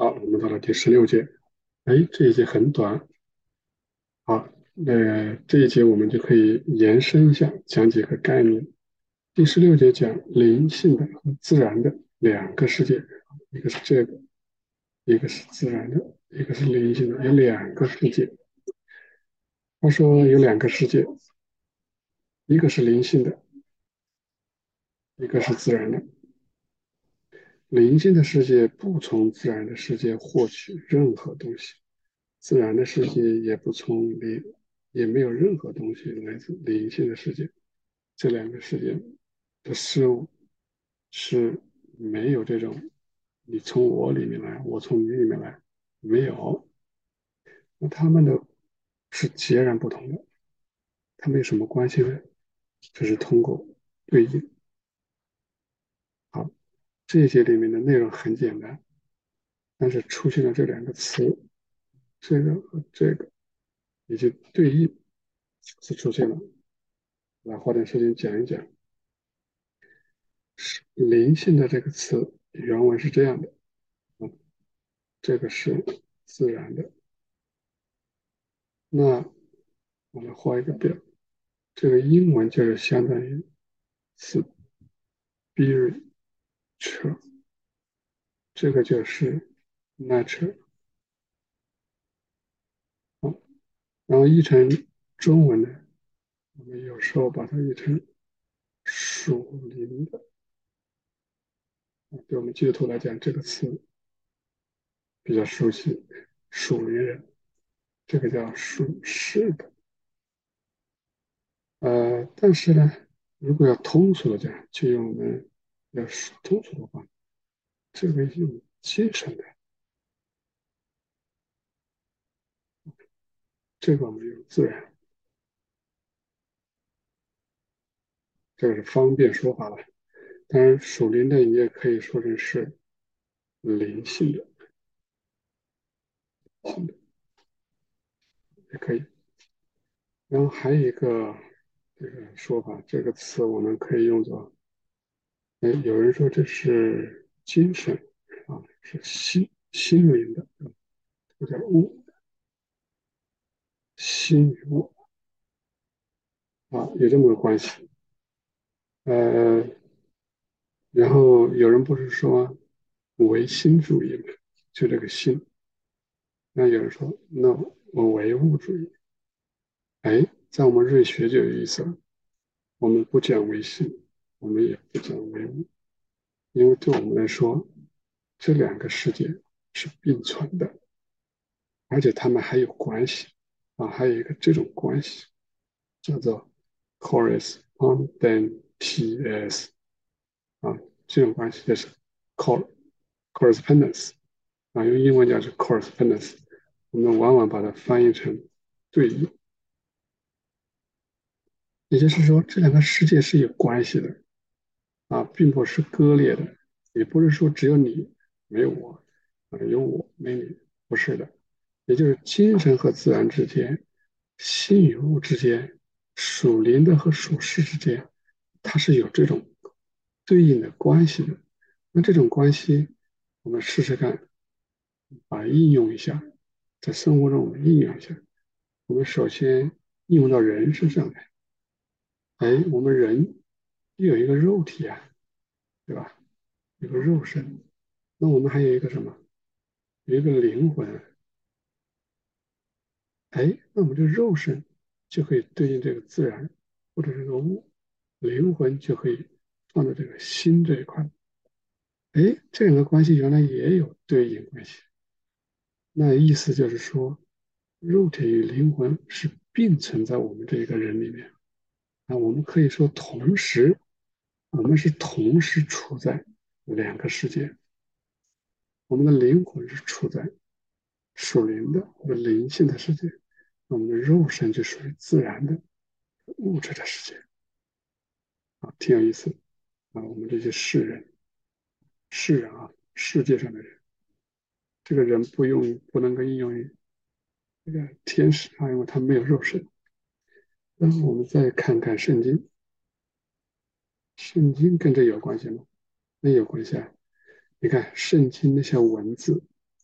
好，我们到了第16节。哎，这一节很短。好，那这一节我们就可以延伸一下，讲几个概念。第16节讲灵性的和自然的两个世界，一个是这个，一个是自然的，一个是灵性的，有两个世界。他说有两个世界，一个是灵性的，一个是自然的。灵性的世界不从自然的世界获取任何东西，自然的世界也不从灵，也没有任何东西来自灵性的世界。这两个世界的事物是没有这种你从我里面来，我从你里面来，没有。那他们的是截然不同的，他们有什么关系呢？就是通过对应。好，这一节里面的内容很简单，但是出现了这两个词，这个和这个以及对应是出现了。来花点时间讲一讲。是灵性的这个词原文是这样的，啊，这个是自然的。那我们画一个表，这个英文就是相当于 spiritual，这个就是 nature，啊，然后译成中文呢，我们有时候把它译成属灵的。对我们基督徒来讲，这个词比较熟悉，属灵人，这个叫属世的。但是呢，如果要通俗的讲，就用我们要说通俗的话，这个用精神的，这个我们用自然，这个是方便说法了。当然，属灵的你也可以说成是灵性的，性的也可以。然后还有一个这个说法，这个词我们可以用作，有人说这是精神啊，是心灵的，这叫物，心与物啊，有这么个关系。呃，然后有人不是说唯心主义嘛，就这个心。那有人说 no，我唯物主义。哎，在我们瑞学就有意思了，我们不讲唯心，我们也不讲唯物，因为对我们来说，这两个世界是并存的，而且它们还有关系啊，还有一个这种关系叫做 correspondence 啊，这种关系就是 correspondence 啊，用英文讲是 correspondence，我们往往把它翻译成对应，也就是说这两个世界是有关系的啊，并不是割裂的，也不是说只有你没有我啊，有我没你，不是的，也就是精神和自然之间，心与物之间，属灵的和属世之间，它是有这种对应的关系的。那这种关系，我们试试看，把它应用一下，在生活中我们应用一下。我们首先应用到人身上来。哎，我们人有一个肉体啊，对吧？有个肉身。那我们还有一个什么？有一个灵魂。哎，那我们这肉身就可以对应这个自然或者这个物，灵魂就可以放在这个心这一块。哎，这两个关系原来也有对应关系。那意思就是说，肉体与灵魂是并存在我们这一个人里面啊。我们可以说同时，我们是同时处在两个世界。我们的灵魂是处在属灵的或者灵性的世界，我们的肉身就属于自然的物质的世界啊，挺有意思啊。我们这些世人啊，世界上的人，这个人不能够应用于这个天使啊，因为他没有肉身。然后我们再看看圣经，圣经跟这有关系吗？那有关系啊。你看圣经那些文字，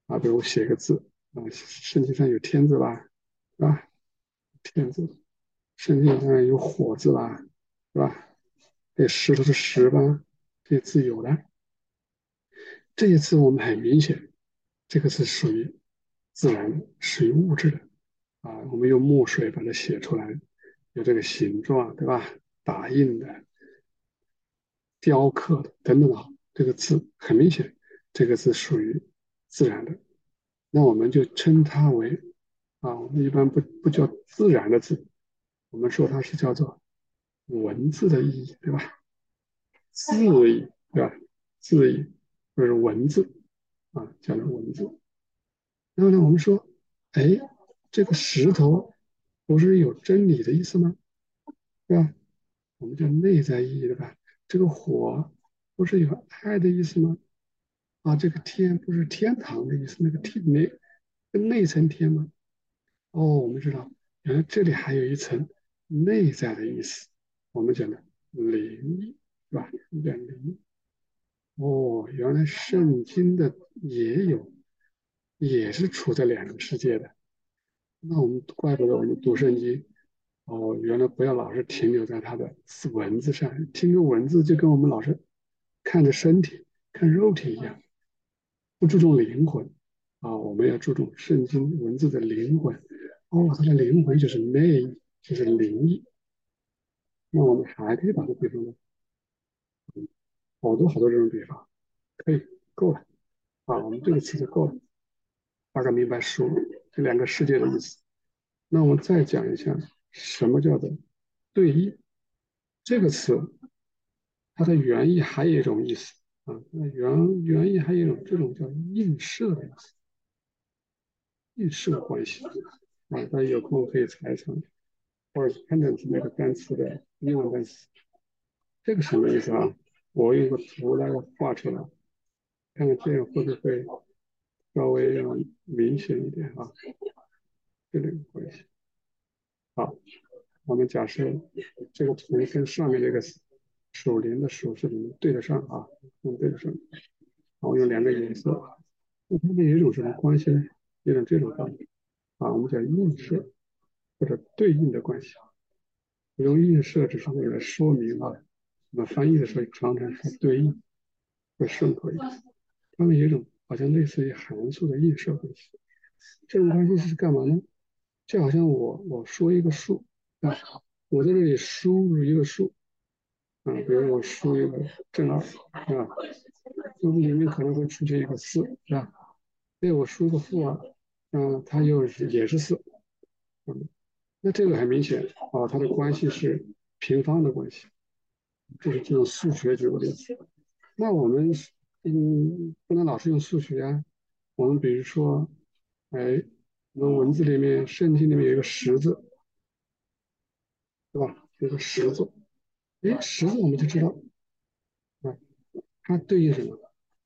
啊，比如我写个字啊，圣经上有"天"字吧，是吧？"天"字，圣经上有"火"字吧，是吧？这石头是"石"吧，这些字有的。这一次我们很明显，这个是属于自然的，属于物质的啊。我们用墨水把它写出来，有这个形状，对吧？打印的、雕刻的等等啊，这个字很明显，这个字属于自然的。那我们就称它为啊，我们一般不叫自然的字，我们说它是叫做文字的意义，对吧？字义，对吧？字义或者是文字啊，叫做文字。然后呢，我们说，哎，这个石头不是有真理的意思吗？对吧？我们叫内在意义，对吧？这个火不是有爱的意思吗？啊，这个天不是天堂的意思，那个天那层天吗？哦，我们知道，原来这里还有一层内在的意思，我们讲的灵意，是吧？叫灵。哦，原来圣经的也有，也是处在两个世界的。那我们怪不得我们读圣经，哦，原来不要老是停留在它的文字上，听个文字就跟我们老是看着身体、看肉体一样，不注重灵魂啊。我们要注重圣经文字的灵魂。哦，它的灵魂就是内，就是灵意。那我们还可以把它比方呢，好多好多这种比方，可以够了啊。我们这个词就够了，大概明白书这两个世界的意思。那我们再讲一下什么叫做对应这个词，它的原意还有一种意思啊，那原意还有一种这种叫映射的意思，映射关系啊。大家有空可以查一查，或者 dependent 那个单词的英文单词，这个什么意思啊？我用个图来画出来，看看这样会不会稍微要明显一点啊？这个关系。好，我们假设这个图跟上面这个属灵的属是能对得上啊，能对得上。然后用两个颜色，那它们有一种什么关系呢？有一种这种关系啊，我们叫映射或者对应的关系。用映射只是为了说明啊，我们翻译的时候常常说对应会顺口一点。它们有一种好像类似于函数的映射关系。这种关系是干嘛呢？就好像我说一个数啊，我在这里输入一个数啊，比如我输一个正2啊，数字里面可能会出现一个4，是吧？对，我输个负2，它也是4，嗯，那这个很明显啊，它的关系是平方的关系，就是这种数学举个例子。那我们不能老是用数学啊，我们比如说，哎，我们文字里面圣经里面有一个十字，对吧？有个十字，哎，十字我们就知道啊，它对应什么？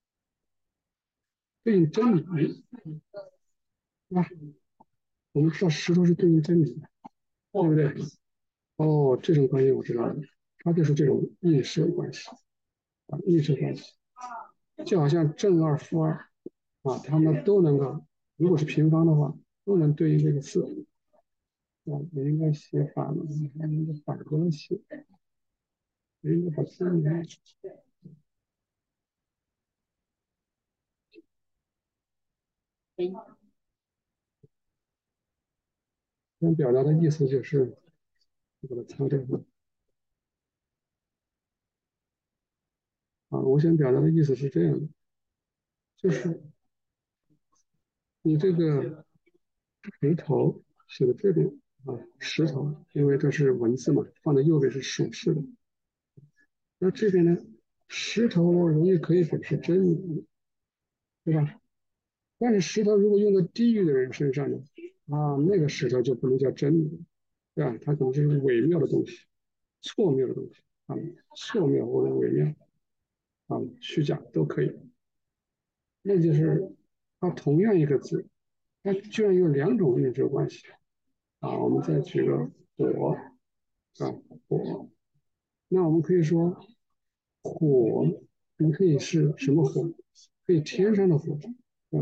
对应真理，对吧？我们知道石头是对应真理的，对不对？哦，这种关系我知道了，它就是这种映射关系啊，映射关系，就好像正2负2啊，它们都能够，如果是平方的话，都能对应这个4啊。我应该写反了，还应该反过来写，我应该把字母想表达的意思就是，我把它擦掉了啊。我想表达的意思是这样的，就是你这个石头写的这边啊，石头，因为这是文字嘛，放在右边是属实的。那这边呢，石头呢，容易可以表示真理，对吧？但是石头如果用在地狱的人身上呢，啊，那个石头就不能叫真理，对吧？它可能是伪妙的东西，错谬的东西啊，错谬或者伪妙啊，虚假都可以。那就是它同样一个字，它居然有2种映射关系啊。我们再举个火啊，火，那我们可以说火，你可以是什么火？可以天上的火，嗯，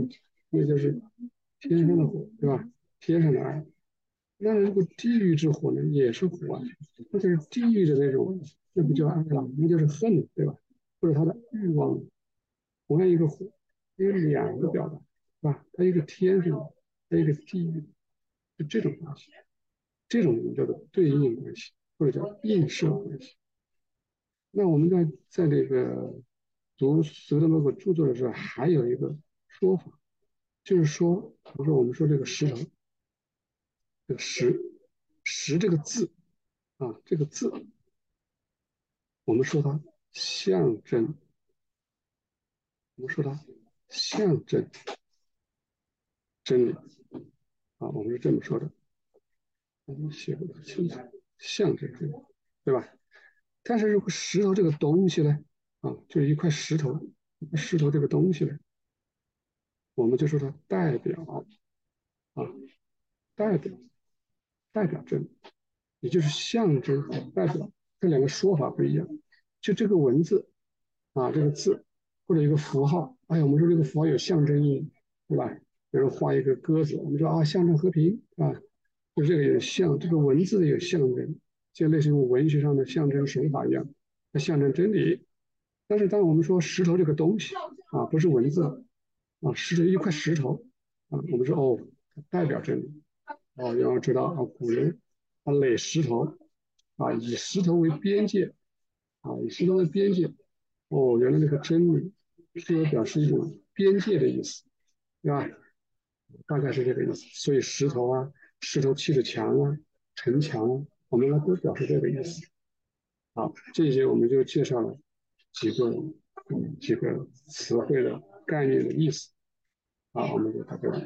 那就是天上的火，对吧？天上的爱。那如果地狱之火呢，也是火啊，那就是地狱的那种，那不叫爱了，那就是恨，对吧？或者他的欲望。同样一个火，有两个表达，是吧？它一个天上，它一个地狱，是这种关系，这种我们叫做对应关系，或者叫映射关系。那我们在这个读斯德哥尔摩著作的时候，还有一个说法，就是说，比如说我们说这个石头，这个石这个字啊，这个字，我们说它象征，我们说它象征真理啊，我们是这么说的。我们写不太清楚，象征真理，对吧？但是如果石头这个东西呢，啊，就是一块石头，石头这个东西呢，我们就说它代表啊，代表代表真理，也就是象征和代表这两个说法不一样。就这个文字啊，这个字或者一个符号，哎，我们说这个符号有象征意义，对吧？比如画一个鸽子，我们说啊，象征和平啊，就这个有这个文字有象征，就类似于文学上的象征手法一样，它象征真理。但是当我们说石头这个东西啊，不是文字啊，是一块石头啊，我们说哦，它代表真理。哦，然后知道啊，古人他垒石头啊，以石头为边界啊，以石头为边界。哦，原来那个真理是有表示一种边界的意思，对吧？大概是这个意思。所以石头啊，石头砌的墙啊，城墙啊，我们呢都表示这个意思。好，这些我们就介绍了几个几个词汇的概念的意思。好，我们就到这里。